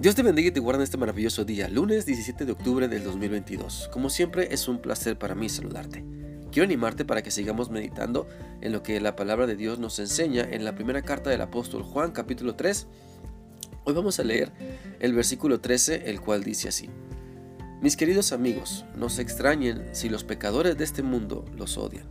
Dios te bendiga y te guarde en este maravilloso día, lunes 17 de octubre del 2022. Como siempre, es un placer para mí saludarte. Quiero animarte para que sigamos meditando en lo que la palabra de Dios nos enseña en la primera carta del apóstol Juan, capítulo 3. Hoy vamos a leer el versículo 13, el cual dice así: Mis queridos amigos, no se extrañen si los pecadores de este mundo los odian.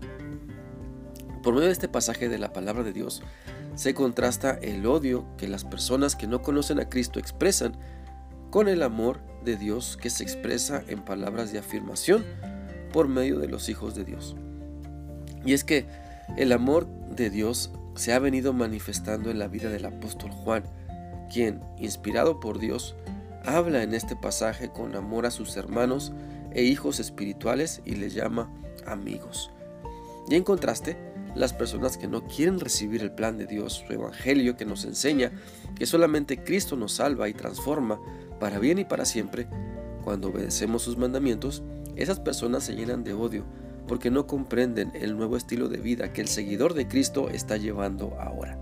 Por medio de este pasaje de la palabra de Dios, se contrasta el odio que las personas que no conocen a Cristo expresan con el amor de Dios que se expresa en palabras de afirmación por medio de los hijos de Dios. Y es que el amor de Dios se ha venido manifestando en la vida del apóstol Juan, quien, inspirado por Dios, habla en este pasaje con amor a sus hermanos e hijos espirituales y les llama amigos. Y en contraste, las personas que no quieren recibir el plan de Dios, su evangelio que nos enseña que solamente Cristo nos salva y transforma para bien y para siempre, cuando obedecemos sus mandamientos, esas personas se llenan de odio porque no comprenden el nuevo estilo de vida que el seguidor de Cristo está llevando ahora.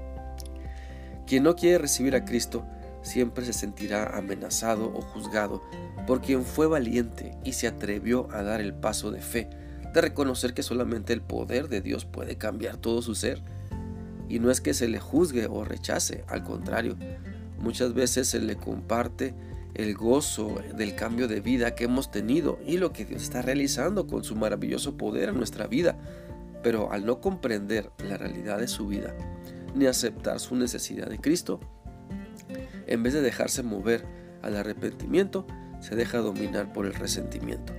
Quien no quiere recibir a Cristo siempre se sentirá amenazado o juzgado por quien fue valiente y se atrevió a dar el paso de fe, de reconocer que solamente el poder de Dios puede cambiar todo su ser. Y no es que se le juzgue o rechace, al contrario, muchas veces se le comparte el gozo del cambio de vida que hemos tenido y lo que Dios está realizando con su maravilloso poder en nuestra vida. Pero al no comprender la realidad de su vida, ni aceptar su necesidad de Cristo, en vez de dejarse mover al arrepentimiento, se deja dominar por el resentimiento.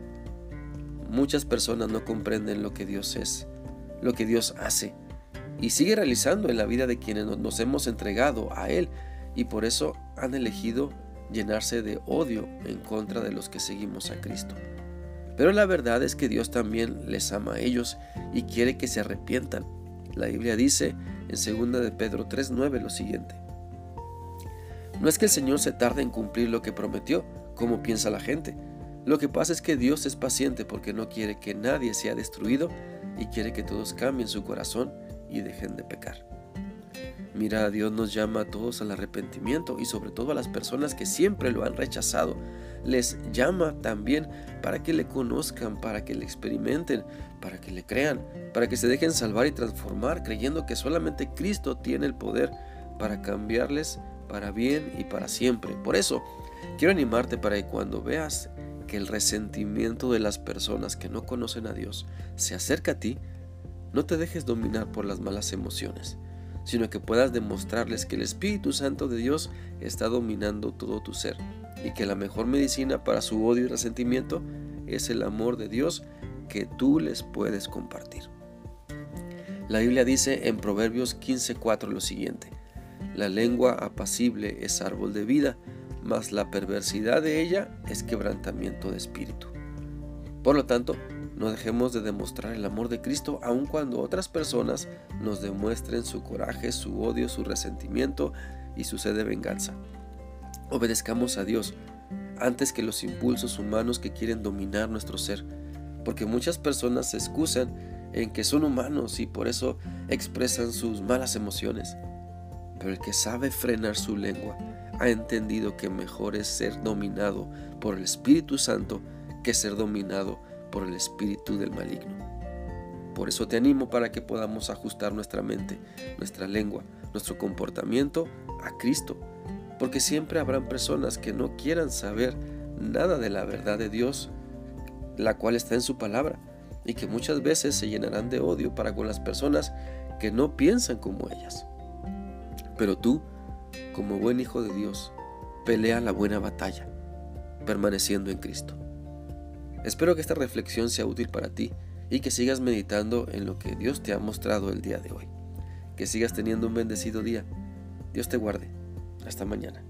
Muchas personas no comprenden lo que Dios es, lo que Dios hace y sigue realizando en la vida de quienes nos hemos entregado a Él, y por eso han elegido llenarse de odio en contra de los que seguimos a Cristo. Pero la verdad es que Dios también les ama a ellos y quiere que se arrepientan. La Biblia dice en 2 de Pedro 3:9 lo siguiente: No es que el Señor se tarde en cumplir lo que prometió, como piensa la gente. Lo que pasa es que Dios es paciente porque no quiere que nadie sea destruido y quiere que todos cambien su corazón y dejen de pecar. Mira, Dios nos llama a todos al arrepentimiento y sobre todo a las personas que siempre lo han rechazado. Les llama también para que le conozcan, para que le experimenten, para que le crean, para que se dejen salvar y transformar, creyendo que solamente Cristo tiene el poder para cambiarles para bien y para siempre. Por eso, quiero animarte para que cuando veas que el resentimiento de las personas que no conocen a Dios se acerca a ti, no te dejes dominar por las malas emociones, sino que puedas demostrarles que el Espíritu Santo de Dios está dominando todo tu ser y que la mejor medicina para su odio y resentimiento es el amor de Dios que tú les puedes compartir. La Biblia dice en Proverbios 15:4 lo siguiente: La lengua apacible es árbol de vida, mas la perversidad de ella es quebrantamiento de espíritu. Por lo tanto, no dejemos de demostrar el amor de Cristo aun cuando otras personas nos demuestren su coraje, su odio, su resentimiento y su sed de venganza. Obedezcamos a Dios antes que los impulsos humanos que quieren dominar nuestro ser, porque muchas personas se excusan en que son humanos y por eso expresan sus malas emociones. Pero el que sabe frenar su lengua ha entendido que mejor es ser dominado por el Espíritu Santo que ser dominado por el espíritu del maligno. Por eso te animo para que podamos ajustar nuestra mente, nuestra lengua, nuestro comportamiento a Cristo, porque siempre habrán personas que no quieran saber nada de la verdad de Dios, la cual está en su palabra, y que muchas veces se llenarán de odio para con las personas que no piensan como ellas. Pero tú, como buen hijo de Dios, pelea la buena batalla, permaneciendo en Cristo. Espero que esta reflexión sea útil para ti y que sigas meditando en lo que Dios te ha mostrado el día de hoy. Que sigas teniendo un bendecido día. Dios te guarde. Hasta mañana.